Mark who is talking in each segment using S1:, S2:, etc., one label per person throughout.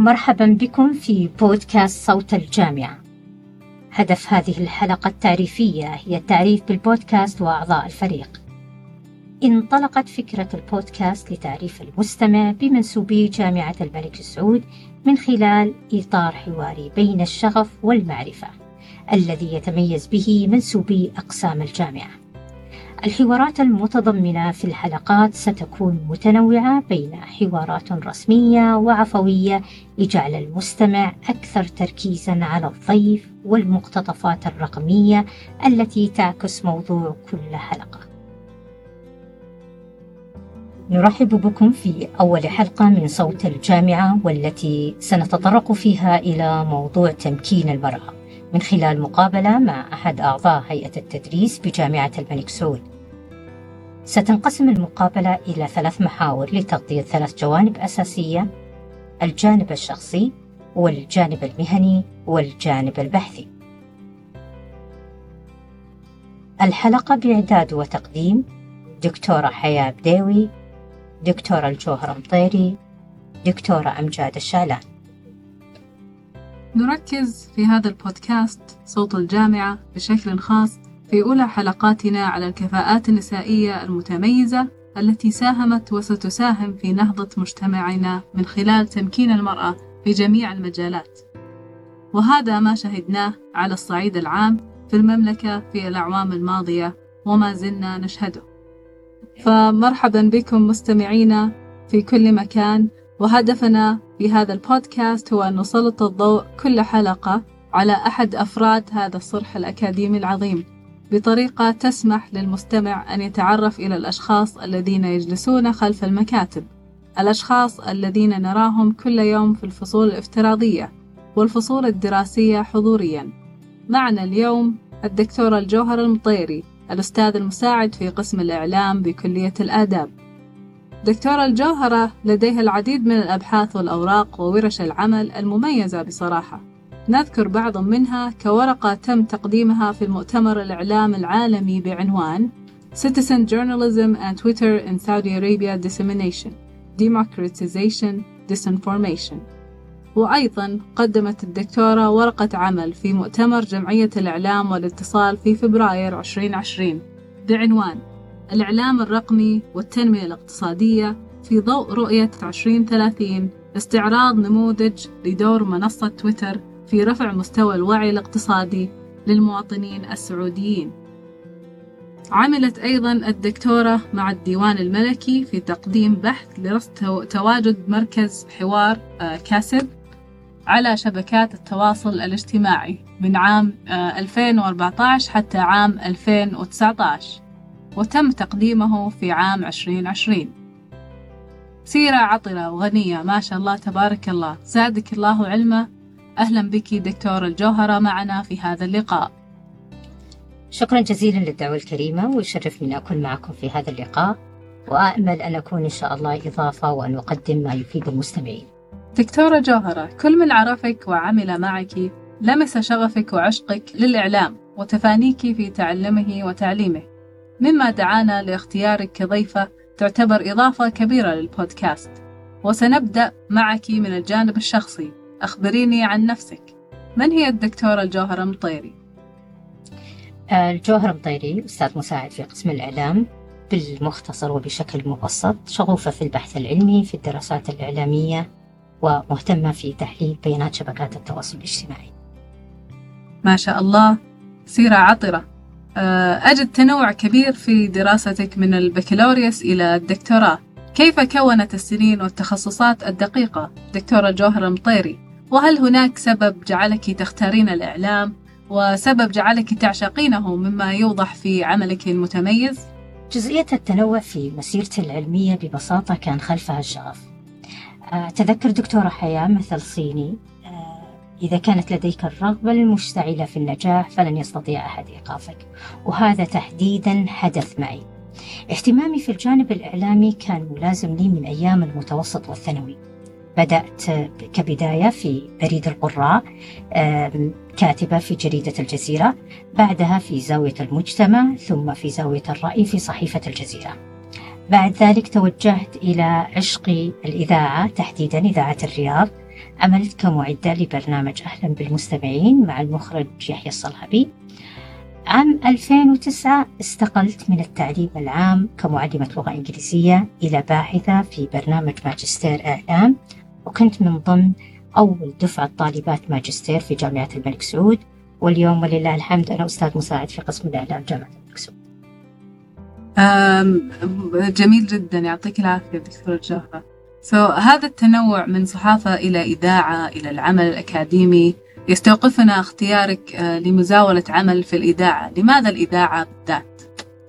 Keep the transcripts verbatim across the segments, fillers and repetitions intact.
S1: مرحبا بكم في بودكاست صوت الجامعة. هدف هذه الحلقة التعريفية هي التعريف بالبودكاست وأعضاء الفريق. انطلقت فكرة البودكاست لتعريف المستمع بمنسوبي جامعة الملك سعود من خلال إطار حواري بين الشغف والمعرفة الذي يتميز به منسوبي أقسام الجامعة. الحوارات المتضمنة في الحلقات ستكون متنوعة بين حوارات رسمية وعفوية لجعل المستمع أكثر تركيزاً على الضيف والمقتطفات الرقمية التي تعكس موضوع كل حلقة. نرحب بكم في أول حلقة من صوت الجامعة، والتي سنتطرق فيها إلى موضوع تمكين المرأة من خلال مقابلة مع أحد أعضاء هيئة التدريس بجامعة الملك سعود. ستنقسم المقابلة إلى ثلاث محاور لتغطية ثلاث جوانب أساسية: الجانب الشخصي والجانب المهني والجانب البحثي. الحلقة بإعداد وتقديم دكتورة حياة بديوي، دكتورة الجوهرة مطيري، دكتورة أمجاد الشعلان.
S2: نركز في هذا البودكاست صوت الجامعة بشكل خاص في أولى حلقاتنا على الكفاءات النسائية المتميزة التي ساهمت وستساهم في نهضة مجتمعنا من خلال تمكين المرأة في جميع المجالات، وهذا ما شهدناه على الصعيد العام في المملكة في الأعوام الماضية وما زلنا نشهده. فمرحبا بكم مستمعينا في كل مكان، وهدفنا في هذا البودكاست هو أن نسلط الضوء كل حلقة على أحد أفراد هذا الصرح الأكاديمي العظيم بطريقة تسمح للمستمع أن يتعرف إلى الأشخاص الذين يجلسون خلف المكاتب، الأشخاص الذين نراهم كل يوم في الفصول الافتراضية والفصول الدراسية حضوريا. معنا اليوم الدكتورة الجوهرة المطيري، الأستاذ المساعد في قسم الإعلام بكلية الآداب. دكتورة الجوهرة لديها العديد من الأبحاث والأوراق وورش العمل المميزة بصراحة، نذكر بعض منها كورقة تم تقديمها في المؤتمر الإعلام العالمي بعنوان Citizen Journalism and Twitter in Saudi Arabia Dissemination, Democratization, Disinformation. وأيضا قدمت الدكتورة ورقة عمل في مؤتمر جمعية الإعلام والاتصال في فبراير عشرين عشرين بعنوان الإعلام الرقمي والتنمية الاقتصادية في ضوء رؤية عشرين ثلاثين، استعراض نموذج لدور منصة تويتر في رفع مستوى الوعي الاقتصادي للمواطنين السعوديين. عملت أيضا الدكتورة مع الديوان الملكي في تقديم بحث لرصد تواجد مركز حوار كاسب على شبكات التواصل الاجتماعي من عام ألفين وأربعة عشر حتى عام ألفين وتسعة عشر، وتم تقديمه في عام عشرين عشرين. سيرة عطرة وغنية ما شاء الله تبارك الله، زادك الله علما. أهلا بك دكتورة الجوهرة معنا في هذا اللقاء.
S1: شكرا جزيلا للدعوة الكريمة، ويشرفني أن أكون معكم في هذا اللقاء، وأأمل أن أكون إن شاء الله إضافة وأن أقدم ما يفيد المستمعين.
S2: دكتورة جوهرة، كل من عرفك وعمل معك لمس شغفك وعشقك للإعلام وتفانيك في تعلمه وتعليمه، مما دعانا لاختيارك كضيفة تعتبر إضافة كبيرة للبودكاست. وسنبدأ معك من الجانب الشخصي، أخبريني عن نفسك. من هي الدكتورة الجوهرة مطيري؟
S1: الجوهرة مطيري أستاذ مساعد في قسم الإعلام بالمختصر وبشكل مبسط، شغوفة في البحث العلمي في الدراسات الإعلامية، ومهتمة في تحليل بيانات شبكات التواصل الاجتماعي.
S2: ما شاء الله، سيرة عطرة. أجد تنوع كبير في دراستك من البكالوريوس إلى الدكتوراه. كيف كونت السنين والتخصصات الدقيقة دكتورة الجوهرة مطيري؟ وهل هناك سبب جعلك تختارين الإعلام وسبب جعلك تعشقينه مما يوضح في عملك المتميز؟
S1: جزئية التنوع في مسيرتي العلمية ببساطة كان خلفها الشغف. أتذكر دكتورة حياة مثل صيني: إذا كانت لديك الرغبة المشتعلة في النجاح فلن يستطيع أحد إيقافك، وهذا تحديدا حدث معي. اهتمامي في الجانب الإعلامي كان ملازم لي من أيام المتوسط والثانوي. بدأت كبداية في بريد القراء، كاتبة في جريدة الجزيرة، بعدها في زاوية المجتمع، ثم في زاوية الرأي في صحيفة الجزيرة. بعد ذلك توجهت إلى عشق الإذاعة، تحديدا إذاعة الرياض، عملت كمعدة لبرنامج أهلا بالمستمعين مع المخرج يحيى الصلهبي. عام ألفين وتسعة استقلت من التعليم العام كمعلمة لغة إنجليزية إلى باحثة في برنامج ماجستير إعلام، وكنت من ضمن أول دفعة طالبات ماجستير في جامعة الملك سعود، واليوم ولله الحمد أنا أستاذ مساعد في قسم الإعلام جامعة الملك سعود.
S2: جميل جدا، يعطيك العافية دكتورة جوهرة. so, هذا التنوع من صحافة إلى إذاعة إلى العمل الأكاديمي يستوقفنا اختيارك لمزاولة عمل في الإذاعة. لماذا الإذاعة بالذات؟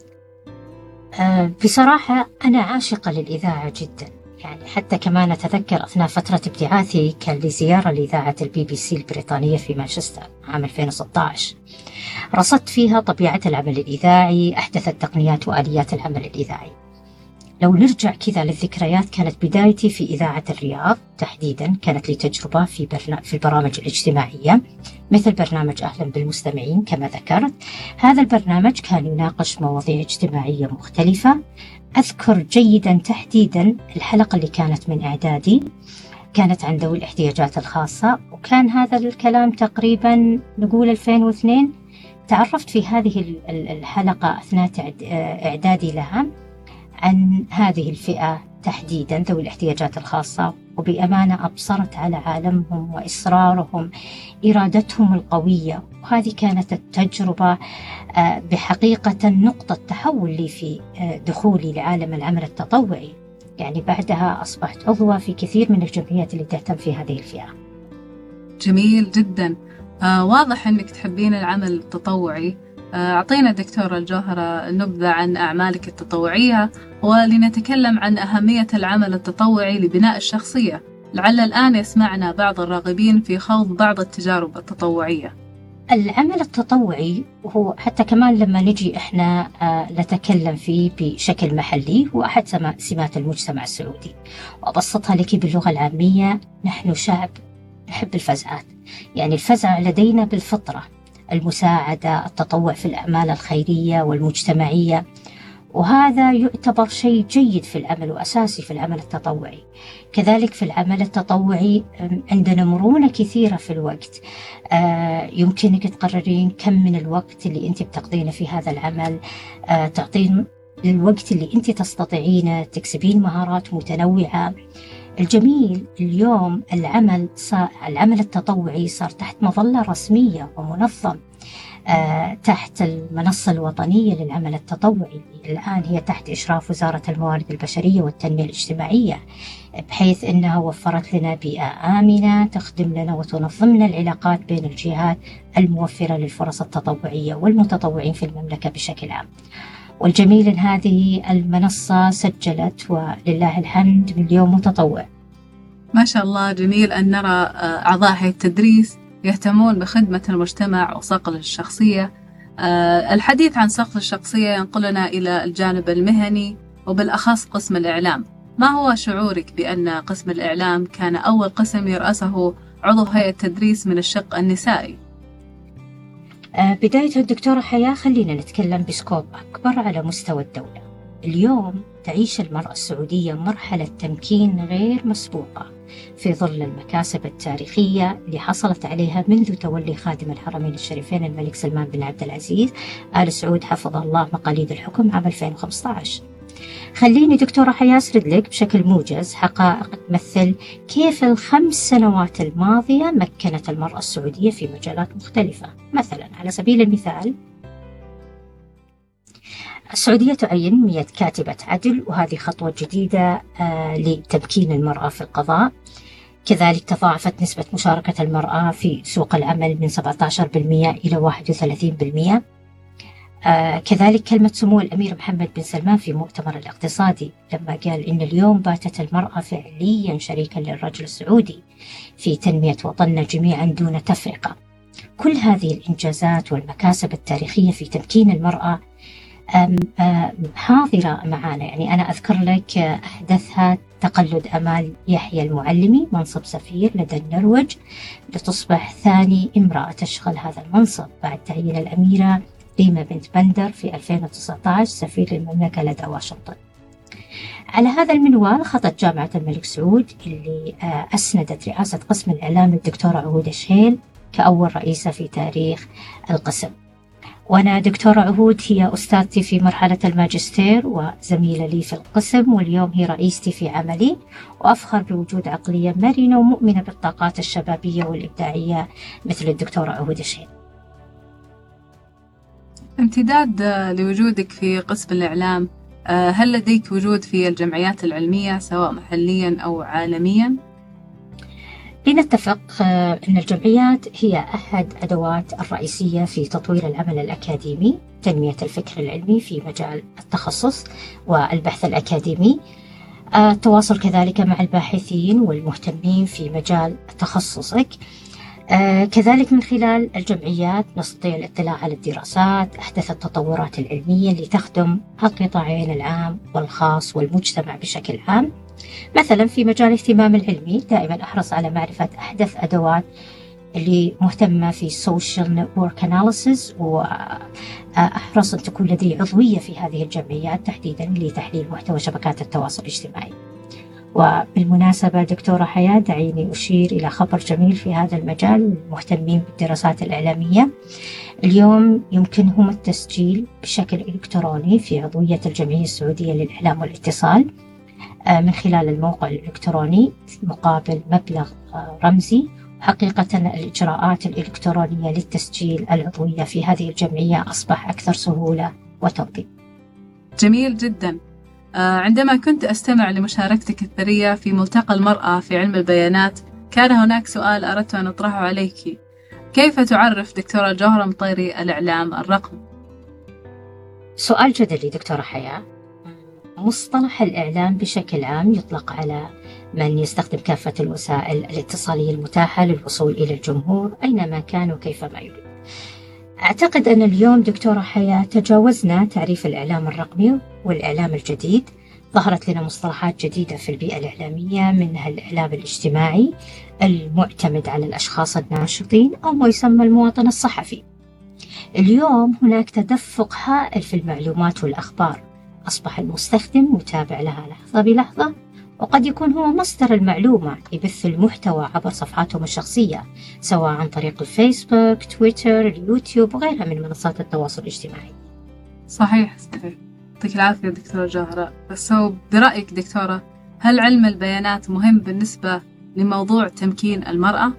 S1: أه بصراحة أنا عاشقة للإذاعة جدا، يعني حتى كمان أتذكر أثناء فترة ابتعاثي كان لي زيارة لإذاعة البي بي سي البريطانية في مانشستر عام ألفين وستة عشر، رصدت فيها طبيعة العمل الإذاعي، أحدث التقنيات وآليات العمل الإذاعي. لو نرجع كذا للذكريات، كانت بدايتي في إذاعة الرياض تحديدا، كانت لي تجربة في, برنا... في البرامج الاجتماعية مثل برنامج أهلا بالمستمعين كما ذكرت. هذا البرنامج كان يناقش مواضيع اجتماعية مختلفة. أذكر جيدا تحديدا الحلقة اللي كانت من إعدادي، كانت عن ذوي الاحتياجات الخاصة، وكان هذا الكلام تقريبا نقول ألفين واثنين. تعرفت في هذه الحلقة أثناء إعدادي لها عن هذه الفئة تحديدا ذوي الاحتياجات الخاصة، وبأمانة أبصرت على عالمهم وإصرارهم، إرادتهم القوية، وهذه كانت التجربة بحقيقة نقطة تحول لي في دخولي لعالم العمل التطوعي. يعني بعدها أصبحت عضوة في كثير من الجمعيات اللي تهتم في هذه الفئة.
S2: جميل جدا. آه واضح أنك تحبين العمل التطوعي. أعطينا دكتورة الجوهرة نبذة عن أعمالك التطوعية، ولنتكلم عن أهمية العمل التطوعي لبناء الشخصية. لعل الآن يسمعنا بعض الراغبين في خوض بعض التجارب التطوعية.
S1: العمل التطوعي هو حتى كمان لما نجي إحنا نتكلم فيه بشكل محلي هو أحد سمات المجتمع السعودي، وأبسطها لك باللغة العامية. نحن شعب نحب الفزعات، يعني الفزعة لدينا بالفطرة، المساعدة، التطوع في الأعمال الخيرية والمجتمعية، وهذا يعتبر شيء جيد في العمل وأساسي في العمل التطوعي. كذلك في العمل التطوعي عندنا مرونة كثيرة في الوقت، يمكنك تقررين كم من الوقت اللي أنت بتقضينه في هذا العمل، تعطين الوقت اللي أنت تستطيعينه، تكسبين مهارات متنوعة. الجميل اليوم العمل صار العمل التطوعي صار تحت مظلة رسمية ومنظم آه تحت المنصة الوطنية للعمل التطوعي، الآن هي تحت إشراف وزارة الموارد البشرية والتنمية الاجتماعية، بحيث أنها وفرت لنا بيئة آمنة تخدم لنا وتنظم لنا العلاقات بين الجهات الموفرة للفرص التطوعية والمتطوعين في المملكة بشكل عام. والجميل أن هذه المنصة سجلت ولله الحمد مليون متطوع.
S2: ما شاء الله، جميل أن نرى أعضاء هيئة التدريس يهتمون بخدمة المجتمع وصقل الشخصية. الحديث عن صقل الشخصية ينقلنا إلى الجانب المهني وبالأخص قسم الإعلام. ما هو شعورك بأن قسم الإعلام كان أول قسم يرأسه عضو هيئة التدريس من الشق النسائي؟
S1: بداية الدكتورة حياة، خلينا نتكلم بسكوب أكبر على مستوى الدولة. اليوم تعيش المرأة السعودية مرحلة تمكين غير مسبوقة في ظل المكاسب التاريخية اللي حصلت عليها منذ تولي خادم الحرمين الشريفين الملك سلمان بن عبد العزيز آل سعود حفظه الله مقاليد الحكم عام ألفين وخمسة عشر. خليني دكتورة حياة أسرد لك بشكل موجز حقائق تمثل كيف الخمس سنوات الماضية مكنت المرأة السعودية في مجالات مختلفة. مثلا على سبيل المثال، السعودية تعين مئة كاتبة عدل، وهذه خطوة جديدة آه لتمكين المرأة في القضاء. كذلك تضاعفت نسبة مشاركة المرأة في سوق العمل من سبعة عشر بالمئة إلى واحد وثلاثين بالمئة. آه كذلك كلمة سمو الأمير محمد بن سلمان في مؤتمر الاقتصادي لما قال إن اليوم باتت المرأة فعليا شريكا للرجل السعودي في تنمية وطننا جميعا دون تفرقة. كل هذه الإنجازات والمكاسب التاريخية في تمكين المرأة أم أم حاضرة معنا. يعني أنا أذكر لك أحدثها تقلد أمال يحيى المعلمي منصب سفير لدى النرويج، لتصبح ثاني امرأة تشغل هذا المنصب بعد تعيين الأميرة ريما بنت بندر في ألفين وتسعة عشر سفير للمملكة لدى واشنطن. على هذا المنوال خطت جامعة الملك سعود اللي أسندت رئاسة قسم الإعلام الدكتورة عهود شهيل كأول رئيسة في تاريخ القسم. وأنا دكتورة عهود هي أستاذتي في مرحلة الماجستير وزميلة لي في القسم، واليوم هي رئيستي في عملي، وأفخر بوجود عقلية مرنة ومؤمنة بالطاقات الشبابية والإبداعية مثل الدكتورة عهود شهيل.
S2: امتداد لوجودك في قسم الإعلام، هل لديك وجود في الجمعيات العلمية سواء محليا أو عالميا؟
S1: لنتفق أن الجمعيات هي أحد أدوات الرئيسية في تطوير العمل الأكاديمي، تنمية الفكر العلمي في مجال التخصص والبحث الأكاديمي، التواصل كذلك مع الباحثين والمهتمين في مجال تخصصك. آه كذلك من خلال الجمعيات نستطيع الاطلاع على الدراسات، أحدث التطورات العلمية اللي تخدم القطاعين العام والخاص والمجتمع بشكل عام. مثلا في مجال اهتمام العلمي دائما أحرص على معرفة أحدث أدوات اللي مهتمة في social network analysis، وأحرص أن تكون لدي عضوية في هذه الجمعيات تحديدا لتحليل محتوى شبكات التواصل الاجتماعي. وبالمناسبة دكتورة حياة دعيني أشير إلى خبر جميل في هذا المجال للمهتمين بالدراسات الإعلامية. اليوم يمكنهم التسجيل بشكل إلكتروني في عضوية الجمعية السعودية للإعلام والاتصال من خلال الموقع الإلكتروني مقابل مبلغ رمزي. حقيقة الإجراءات الإلكترونية للتسجيل العضوية في هذه الجمعية أصبح أكثر سهولة وتوضيح.
S2: جميل جدا. عندما كنت أستمع لمشاركتك الثرية في ملتقى المرأة في علم البيانات، كان هناك سؤال أردت أن أطرحه عليك: كيف تعرف دكتورة جوهرة مطيري الإعلام الرقمي؟
S1: سؤال جدلي دكتورة حياة. مصطلح الإعلام بشكل عام يطلق على من يستخدم كافة الوسائل الاتصالية المتاحة للوصول إلى الجمهور أينما كان وكيفما يريد. أعتقد أن اليوم دكتورة حياة تجاوزنا تعريف الإعلام الرقمي والإعلام الجديد. ظهرت لنا مصطلحات جديدة في البيئة الإعلامية، منها الإعلام الاجتماعي المعتمد على الأشخاص الناشطين أو ما يسمى المواطن الصحفي. اليوم هناك تدفق هائل في المعلومات والأخبار، أصبح المستخدم متابع لها لحظة بلحظة، وقد يكون هو مصدر المعلومة يبث المحتوى عبر صفحاتهم الشخصية سواء عن طريق الفيسبوك، تويتر، اليوتيوب وغيرها من منصات التواصل الاجتماعي.
S2: صحيح صحيح. يعطيك العافية دكتورة جوهرة. بس هو برأيك دكتورة، هل علم البيانات مهم بالنسبة لموضوع تمكين المرأة؟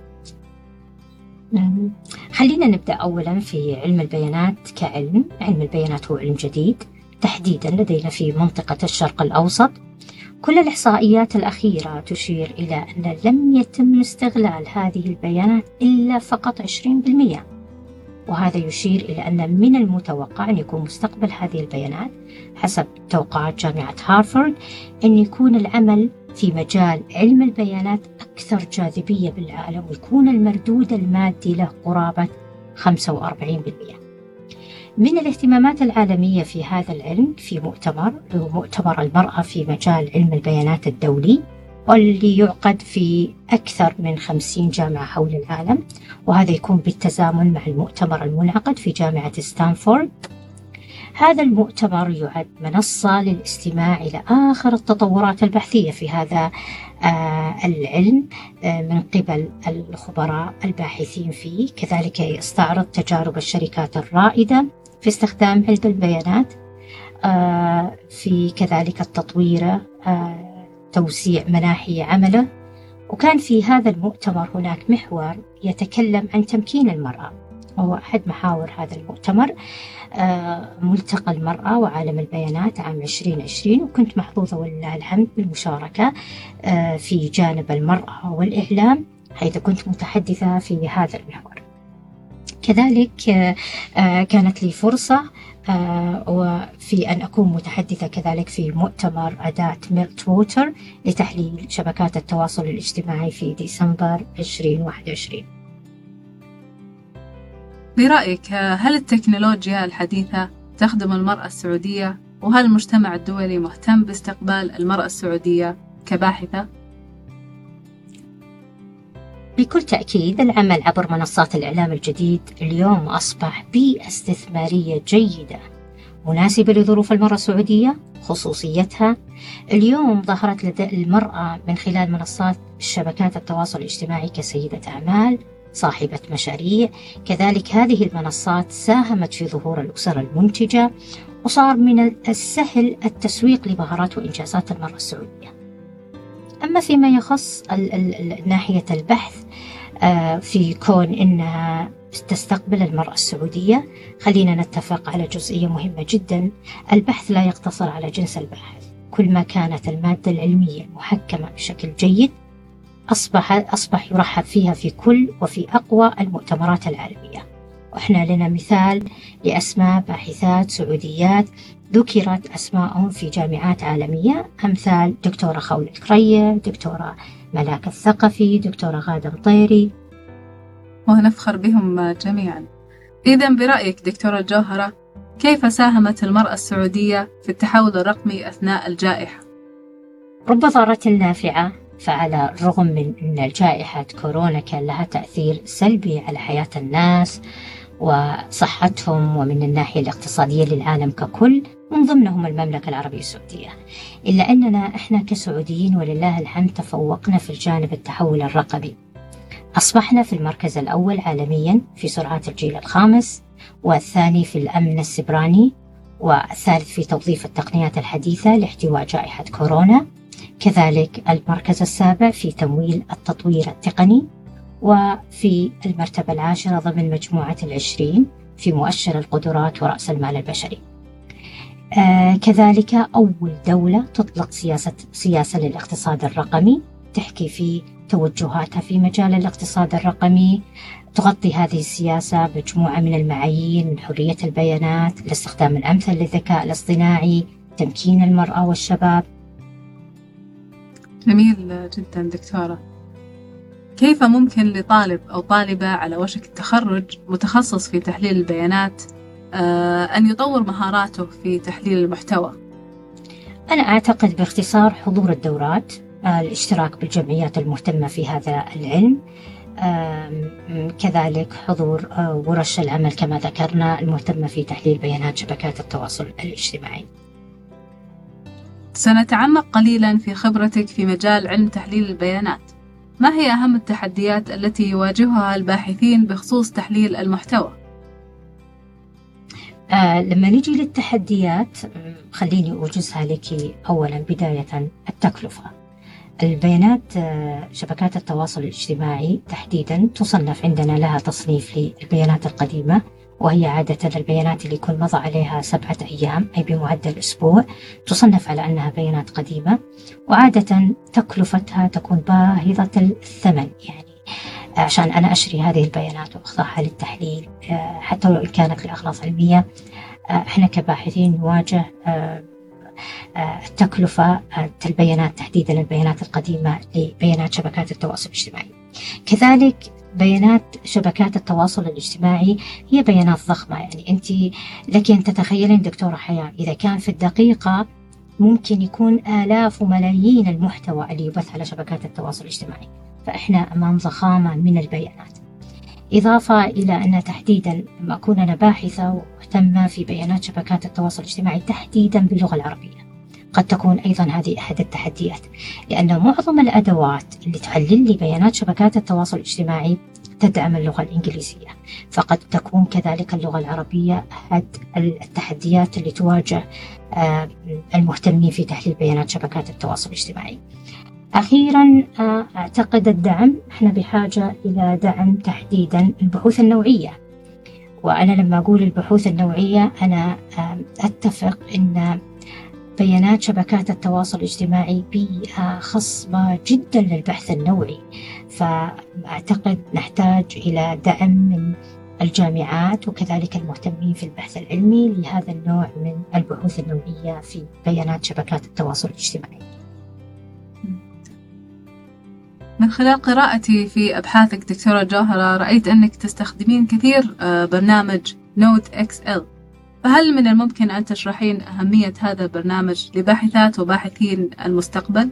S1: خلينا نبدأ أولا في علم البيانات كعلم. علم البيانات هو علم جديد تحديدا لدينا في منطقة الشرق الأوسط. كل الإحصائيات الأخيرة تشير إلى أن لم يتم استغلال هذه البيانات إلا فقط عشرين بالمئة، وهذا يشير إلى أن من المتوقع أن يكون مستقبل هذه البيانات حسب توقعات جامعة هارفارد أن يكون العمل في مجال علم البيانات أكثر جاذبية بالعالم، ويكون المردود المادي له قرابة خمسة وأربعين بالمئة. من الاهتمامات العالمية في هذا العلم في مؤتمر هو مؤتمر المرأة في مجال علم البيانات الدولي، واللي يعقد في أكثر من خمسين جامعة حول العالم، وهذا يكون بالتزامن مع المؤتمر المنعقد في جامعة ستانفورد. هذا المؤتمر يعد منصة للاستماع إلى آخر التطورات البحثية في هذا آه العلم آه من قبل الخبراء الباحثين فيه. كذلك يستعرض تجارب الشركات الرائدة في استخدام علم البيانات آه في كذلك التطوير، آه توسيع مناحي عمله. وكان في هذا المؤتمر هناك محور يتكلم عن تمكين المرأة، وهو أحد محاور هذا المؤتمر آه ملتقى المرأة وعالم البيانات عام عشرين عشرين، وكنت محظوظة ولله الحمد بالمشاركة آه في جانب المرأة والإعلام، حيث كنت متحدثة في هذا المحور. كذلك آه كانت لي فرصة آه وفي أن أكون متحدثة كذلك في مؤتمر أداة ميلت ووتر لتحليل شبكات التواصل الاجتماعي في ديسمبر عشرين واحد وعشرين.
S2: برأيك هل التكنولوجيا الحديثة تخدم المرأة السعودية؟ وهل المجتمع الدولي مهتم باستقبال المرأة السعودية كباحثة؟
S1: بكل تأكيد العمل عبر منصات الإعلام الجديد اليوم أصبح بيئة استثمارية جيدة مناسبة لظروف المرأة السعودية، خصوصيتها. اليوم ظهرت لدى المرأة من خلال منصات شبكات التواصل الاجتماعي كسيدة أعمال، صاحبة مشاريع. كذلك هذه المنصات ساهمت في ظهور الأسر المنتجة، وصار من السهل التسويق لمهارات وإنجازات المرأة السعودية. أما فيما يخص ناحية البحث في كون إنها تستقبل المرأة السعودية، خلينا نتفق على جزئية مهمة جدا. البحث لا يقتصر على جنس البحث. كل ما كانت المادة العلمية محكمة بشكل جيد أصبح, أصبح يرحب فيها في كل وفي أقوى المؤتمرات العالمية. وإحنا لنا مثال لأسماء باحثات سعوديات ذكرت أسماءهم في جامعات عالمية، أمثال دكتورة خولة الكرية، دكتورة ملاك الثقفي، دكتورة غادة مطيري،
S2: ونفخر بهم جميعا. إذن برأيك دكتورة جوهرة، كيف ساهمت المرأة السعودية في التحول الرقمي أثناء الجائحة؟
S1: رب ضارة نافعة. فعلى الرغم من أن جائحة كورونا كان لها تأثير سلبي على حياة الناس وصحتهم ومن الناحية الاقتصادية للعالم ككل، من ضمنهم المملكة العربية السعودية، إلا أننا إحنا كسعوديين ولله الحمد تفوقنا في الجانب التحول الرقمي. أصبحنا في المركز الأول عالميا في سرعات الجيل الخامس، والثاني في الأمن السبراني، والثالث في توظيف التقنيات الحديثة لاحتواء جائحة كورونا. كذلك المركز السابع في تمويل التطوير التقني، وفي المرتبة العاشرة ضمن مجموعة العشرين في مؤشر القدرات ورأس المال البشري. آه كذلك أول دولة تطلق سياسة سياسة للاقتصاد الرقمي، تحكي في توجهاتها في مجال الاقتصاد الرقمي. تغطي هذه السياسة مجموعة من المعايير، من حرية البيانات، الاستخدام الأمثل للذكاء الاصطناعي، تمكين المرأة والشباب.
S2: جميل جدا دكتورة. كيف ممكن لطالب أو طالبة على وشك التخرج متخصص في تحليل البيانات أن يطور مهاراته في تحليل المحتوى؟
S1: أنا أعتقد باختصار حضور الدورات، الاشتراك بالجمعيات المهتمة في هذا العلم، كذلك حضور ورش العمل كما ذكرنا المهتمة في تحليل بيانات شبكات التواصل الاجتماعي.
S2: سنتعمق قليلا في خبرتك في مجال علم تحليل البيانات. ما هي أهم التحديات التي يواجهها الباحثين بخصوص تحليل المحتوى؟
S1: آه لما نجي للتحديات خليني أوجزها لك. أولا بداية التكلفة. البيانات آه شبكات التواصل الاجتماعي تحديدا تصنف عندنا لها تصنيف للبيانات القديمة، وهي عادة البيانات اللي يكون مضى عليها سبعة أيام أي بمعدل أسبوع، تصنف على أنها بيانات قديمة، وعادة تكلفتها تكون باهظة الثمن. يعني عشان أنا أشري هذه البيانات وأخضعها للتحليل حتى لو كانت لأغراض علمية، إحنا كباحثين نواجه التكلفة البيانات تحديدا البيانات القديمة لبيانات شبكات التواصل الاجتماعي. كذلك بيانات شبكات التواصل الاجتماعي هي بيانات ضخمة، يعني أنت لك أن تتخيلين دكتورة حياة إذا كان في الدقيقة ممكن يكون آلاف وملايين المحتوى اللي يبث على شبكات التواصل الاجتماعي، فإحنا أمام ضخامة من البيانات. إضافة إلى أن تحديدا لما أكون أنا باحثة ومهتمة في بيانات شبكات التواصل الاجتماعي تحديدا باللغة العربية، قد تكون أيضا هذه أحد التحديات، لأن معظم الأدوات اللي تحلل لي بيانات شبكات التواصل الاجتماعي تدعم اللغة الإنجليزية، فقد تكون كذلك اللغة العربية أحد التحديات اللي تواجه المهتمين في تحليل بيانات شبكات التواصل الاجتماعي. أخيرا أعتقد الدعم، احنا بحاجة إلى دعم تحديدا البحوث النوعية. وأنا لما أقول البحوث النوعية أنا أتفق أن بيانات شبكات التواصل الاجتماعي بيئة خصبة جدا للبحث النوعي، فأعتقد نحتاج إلى دعم من الجامعات وكذلك المهتمين في البحث العلمي لهذا النوع من البحوث النوعية في بيانات شبكات التواصل الاجتماعي.
S2: من خلال قراءتي في أبحاثك دكتورة جوهرة رأيت أنك تستخدمين كثير برنامج نود إكس إل، فهل من الممكن أن تشرحين أهمية هذا البرنامج لباحثات وباحثين المستقبل؟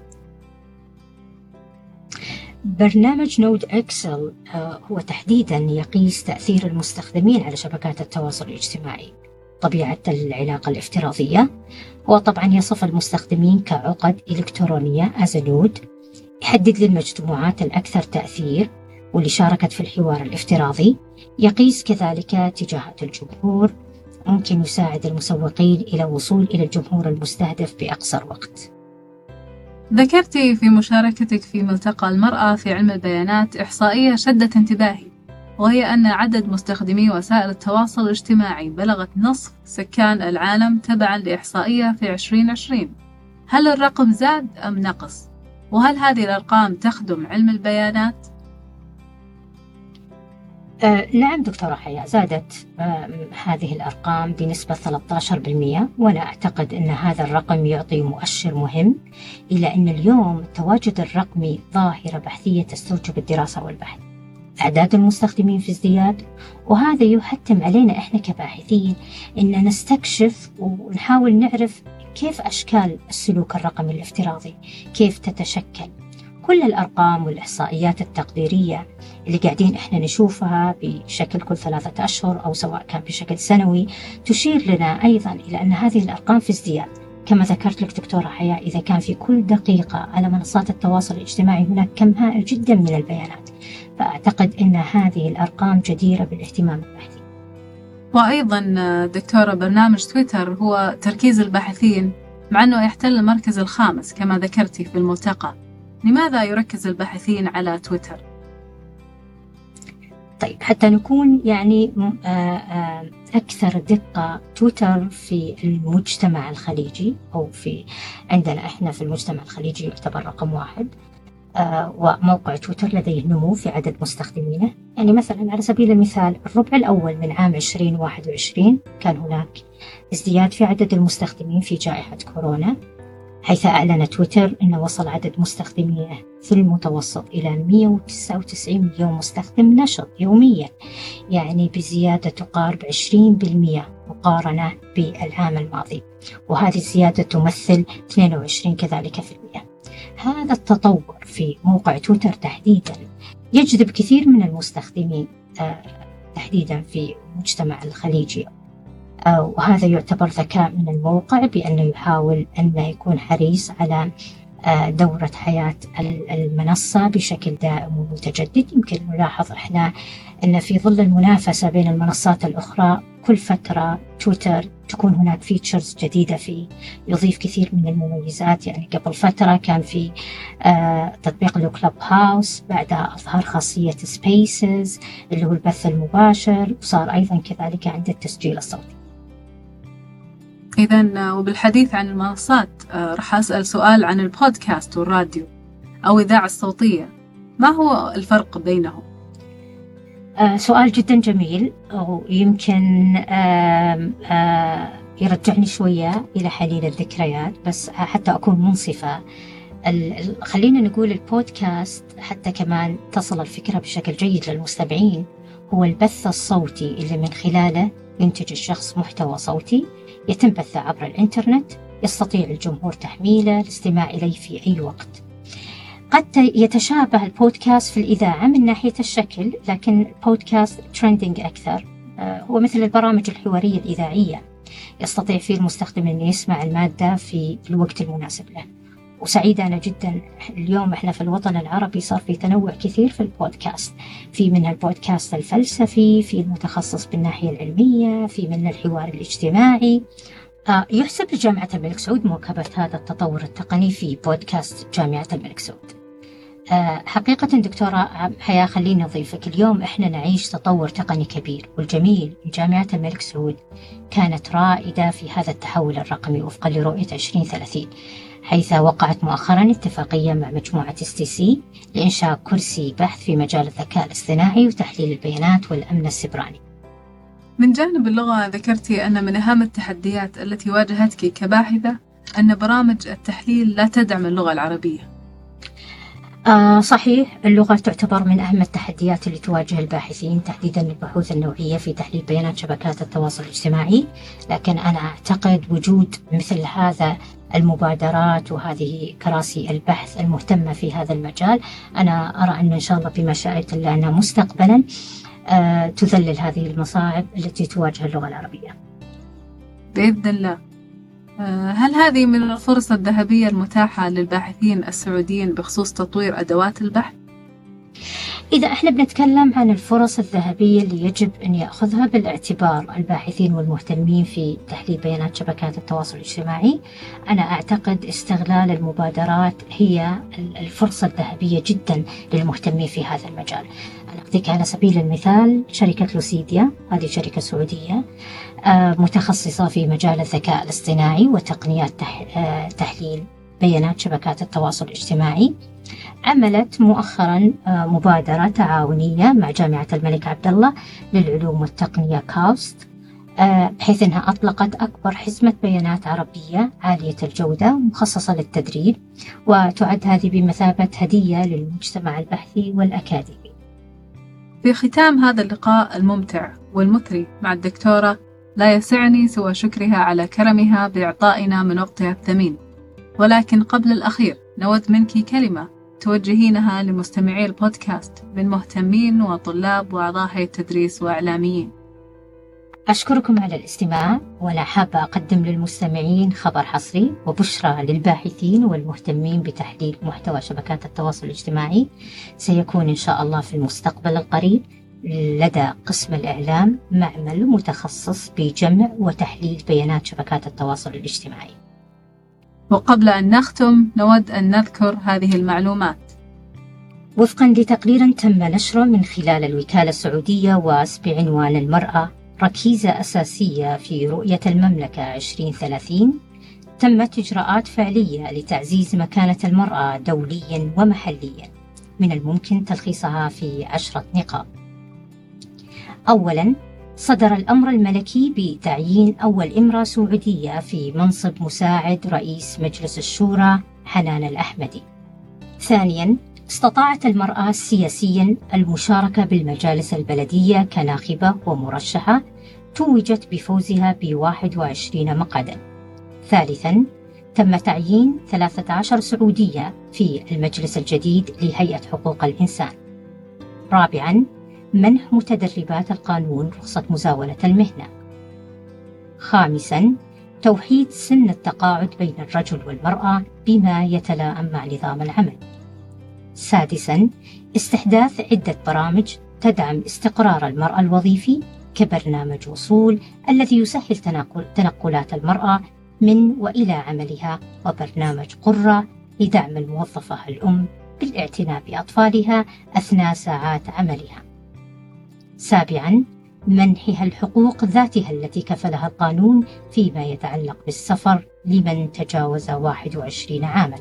S1: برنامج نود إكسل هو تحديدا يقيس تأثير المستخدمين على شبكات التواصل الاجتماعي، طبيعة العلاقة الافتراضية. وطبعا يصف المستخدمين كعقد إلكترونية as a node، يحدد للمجموعات الأكثر تأثير واللي شاركت في الحوار الافتراضي، يقيس كذلك اتجاهات الجمهور، ممكن يساعد المسوقين إلى الوصول إلى الجمهور المستهدف بأقصر وقت.
S2: ذكرتي في مشاركتك في ملتقى المرأة في علم البيانات إحصائية شدت انتباهي، وهي أن عدد مستخدمي وسائل التواصل الاجتماعي بلغت نصف سكان العالم تبعا لإحصائية في عشرين عشرين. هل الرقم زاد أم نقص؟ وهل هذه الأرقام تخدم علم البيانات؟
S1: آه نعم دكتورة حياة، زادت آه هذه الأرقام بنسبة ثلاثة عشر بالمئة، وأنا أعتقد أن هذا الرقم يعطي مؤشر مهم إلى أن اليوم التواجد الرقمي ظاهرة بحثية تستوجب الدراسة والبحث. أعداد المستخدمين في ازدياد، وهذا يحتم علينا إحنا كباحثين أن نستكشف ونحاول نعرف كيف أشكال السلوك الرقمي الافتراضي، كيف تتشكل. كل الأرقام والإحصائيات التقديرية اللي قاعدين إحنا نشوفها بشكل كل ثلاثة أشهر أو سواء كان بشكل سنوي تشير لنا أيضا إلى أن هذه الأرقام في ازدياد. كما ذكرت لك دكتورة حياة، إذا كان في كل دقيقة على منصات التواصل الاجتماعي هناك كم هائل جدا من البيانات، فأعتقد أن هذه الأرقام جديرة بالاهتمام البحثي.
S2: وأيضا دكتورة، برنامج تويتر هو تركيز الباحثين مع أنه يحتل المركز الخامس كما ذكرتي في الملتقى. لماذا يركز الباحثين على تويتر؟
S1: طيب، حتى نكون يعني أكثر دقة، تويتر في المجتمع الخليجي أو في عندنا إحنا في المجتمع الخليجي يعتبر رقم واحد، وموقع تويتر لديه نمو في عدد مستخدمينه. يعني مثلا على سبيل المثال الربع الأول من عام عشرين واحد وعشرين كان هناك ازدياد في عدد المستخدمين في جائحة كورونا، حيث أعلن تويتر أنه وصل عدد مستخدميه في المتوسط إلى مئة وتسعة وتسعين مليون مستخدم نشط يوميا، يعني بزيادة تقارب عشرين بالمئة مقارنة بالعام الماضي، وهذه الزيادة تمثل اثنين وعشرين كذلك في المئة. هذا التطور في موقع تويتر تحديدا يجذب كثير من المستخدمين تحديدا في المجتمع الخليجي، وهذا يعتبر ذكاء من الموقع بأنه يحاول أن يكون حريص على دورة حياة المنصة بشكل دائم ومتجدد. يمكن نلاحظ إحنا أن في ظل المنافسة بين المنصات الأخرى كل فترة تويتر تكون هناك فيتشرز جديدة فيه، يضيف كثير من المميزات. يعني قبل فترة كان في تطبيق له كلوب هاوس، بعدها أظهر خاصية سبيسز اللي هو البث المباشر، وصار أيضا كذلك عند التسجيل الصوتي.
S2: إذن وبالحديث عن المنصات رح أسأل سؤال عن البودكاست والراديو أو إذاعة الصوتية، ما هو الفرق بينهم؟
S1: آه سؤال جدا جميل، ويمكن آه آه يرجعني شوية إلى حنين الذكريات، بس حتى أكون منصفة. خلينا نقول البودكاست حتى كمان تصل الفكرة بشكل جيد للمستمعين، هو البث الصوتي اللي من خلاله ينتج الشخص محتوى صوتي يتم بثه عبر الإنترنت، يستطيع الجمهور تحميله الاستماع إليه في أي وقت. قد يتشابه البودكاست في الإذاعة من ناحية الشكل، لكن البودكاست ترندنج أكثر، هو مثل البرامج الحوارية الإذاعية، يستطيع فيه المستخدم أن يسمع المادة في الوقت المناسب له. وسعيدة أنا جدا اليوم إحنا في الوطن العربي صار في تنوع كثير في البودكاست، في منها البودكاست الفلسفي، في المتخصص بالناحية العلمية، في منها الحوار الاجتماعي. آه يحسب لجامعة الملك سعود مواكبة هذا التطور التقني في بودكاست جامعة الملك سعود. آه حقيقة دكتورة حياة، خليني أضيفك، اليوم إحنا نعيش تطور تقني كبير، والجميل إن جامعة الملك سعود كانت رائدة في هذا التحول الرقمي وفقا لرؤية عشرين ثلاثين، حيث وقعت مؤخرا اتفاقية مع مجموعة اس تي سي لإنشاء كرسي بحث في مجال الذكاء الاصطناعي وتحليل البيانات والأمن السيبراني.
S2: من جانب اللغة، ذكرتي أن من أهم التحديات التي واجهتك كباحثة أن برامج التحليل لا تدعم اللغة العربية.
S1: آه صحيح، اللغة تعتبر من أهم التحديات اللي تواجه الباحثين، تحديدا البحوث النوعية في تحليل بيانات شبكات التواصل الاجتماعي. لكن أنا أعتقد وجود مثل هذا المبادرات وهذه كراسي البحث المهتمة في هذا المجال، أنا أرى أن إن شاء الله بمشيئة الله أنها مستقبلا آه تذلل هذه المصاعب التي تواجه اللغة العربية.
S2: بإذن الله. هل هذه من الفرص الذهبية المتاحة للباحثين السعوديين بخصوص تطوير أدوات البحث؟
S1: إذا إحنا بنتكلم عن الفرص الذهبية اللي يجب أن يأخذها بالاعتبار الباحثين والمهتمين في تحليل بيانات شبكات التواصل الاجتماعي، أنا أعتقد استغلال المبادرات هي الفرصة الذهبية جدا للمهتمين في هذا المجال. أنا أعطيك على سبيل المثال شركة لوسيديا، هذه شركة سعودية متخصصة في مجال الذكاء الاصطناعي وتقنيات تحليل بيانات شبكات التواصل الاجتماعي. عملت مؤخرا مبادرة تعاونية مع جامعة الملك عبدالله للعلوم والتقنية كاوست، بحيث أنها أطلقت أكبر حزمة بيانات عربية عالية الجودة مخصصة للتدريب، وتعد هذه بمثابة هدية للمجتمع البحثي والأكاديمي.
S2: في ختام هذا اللقاء الممتع والمثري مع الدكتورة، لا يسعني سوى شكرها على كرمها بإعطائنا من وقتها الثمين. ولكن قبل الأخير نود منك كلمة توجهينها لمستمعي البودكاست من مهتمين وطلاب وأعضاء هيئة التدريس وإعلاميين.
S1: أشكركم على الاستماع، وأنا حابة أقدم للمستمعين خبر حصري وبشرى للباحثين والمهتمين بتحليل محتوى شبكات التواصل الاجتماعي. سيكون إن شاء الله في المستقبل القريب لدى قسم الإعلام معمل متخصص بجمع وتحليل بيانات شبكات التواصل الاجتماعي.
S2: وقبل أن نختم نود أن نذكر هذه المعلومات.
S1: وفقا لتقرير تم نشره من خلال الوكالة السعودية واس بعنوان المرأة ركيزة أساسية في رؤية المملكة عشرين ثلاثين، تمت إجراءات فعلية لتعزيز مكانة المرأة دوليا ومحليا، من الممكن تلخيصها في عشرة نقاط. أولا، صدر الأمر الملكي بتعيين أول امرأة سعودية في منصب مساعد رئيس مجلس الشورى، حنان الأحمدي. ثانياً، استطاعت المرأة سياسياً المشاركة بالمجالس البلدية كناخبة ومرشحة، توجت بفوزها بواحد وعشرين مقعداً. ثالثاً، تم تعيين ثلاثة عشر سعودية في المجلس الجديد لهيئة حقوق الإنسان. رابعاً، منح متدربات القانون رخصة مزاولة المهنة. خامساً، توحيد سن التقاعد بين الرجل والمرأة بما يتلائم مع نظام العمل. سادساً، استحداث عدة برامج تدعم استقرار المرأة الوظيفي، كبرنامج وصول الذي يسهل تنقل تنقلات المرأة من وإلى عملها، وبرنامج قرة لدعم الموظفة الأم بالاعتناء بأطفالها أثناء ساعات عملها. سابعاً، منحها الحقوق ذاتها التي كفلها القانون فيما يتعلق بالسفر لمن تجاوز واحد وعشرين عاماً.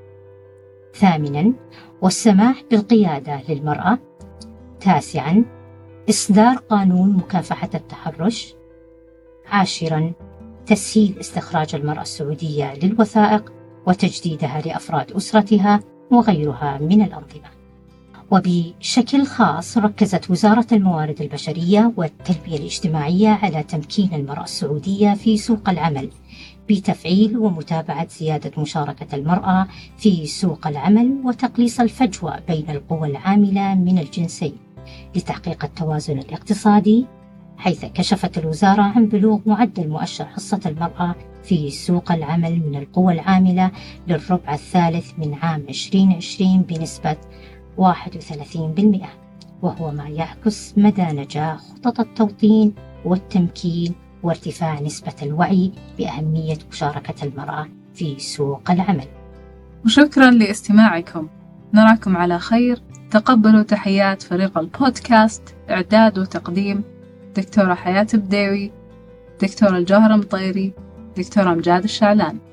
S1: ثامناً، والسماح بالقيادة للمرأة. تاسعاً، إصدار قانون مكافحة التحرش. عاشراً، تسهيل استخراج المرأة السعودية للوثائق وتجديدها لأفراد أسرتها وغيرها من الأنظمة. وبشكل خاص ركزت وزارة الموارد البشرية والتنمية الاجتماعية على تمكين المرأة السعودية في سوق العمل، بتفعيل ومتابعة زيادة مشاركة المرأة في سوق العمل وتقليص الفجوة بين القوى العاملة من الجنسين لتحقيق التوازن الاقتصادي، حيث كشفت الوزارة عن بلوغ معدل مؤشر حصة المرأة في سوق العمل من القوى العاملة للربع الثالث من عام عشرين عشرين بنسبة واحد وثلاثين بالمئة، وهو ما يعكس مدى نجاح خطط التوطين والتمكين وارتفاع نسبة الوعي بأهمية مشاركة المرأة في سوق العمل.
S2: وشكرا لاستماعكم، نراكم على خير. تقبلوا تحيات فريق البودكاست، إعداد وتقديم دكتورة حياة بديوي، دكتورة الجوهرة مطيري، دكتورة مجاد الشعلان.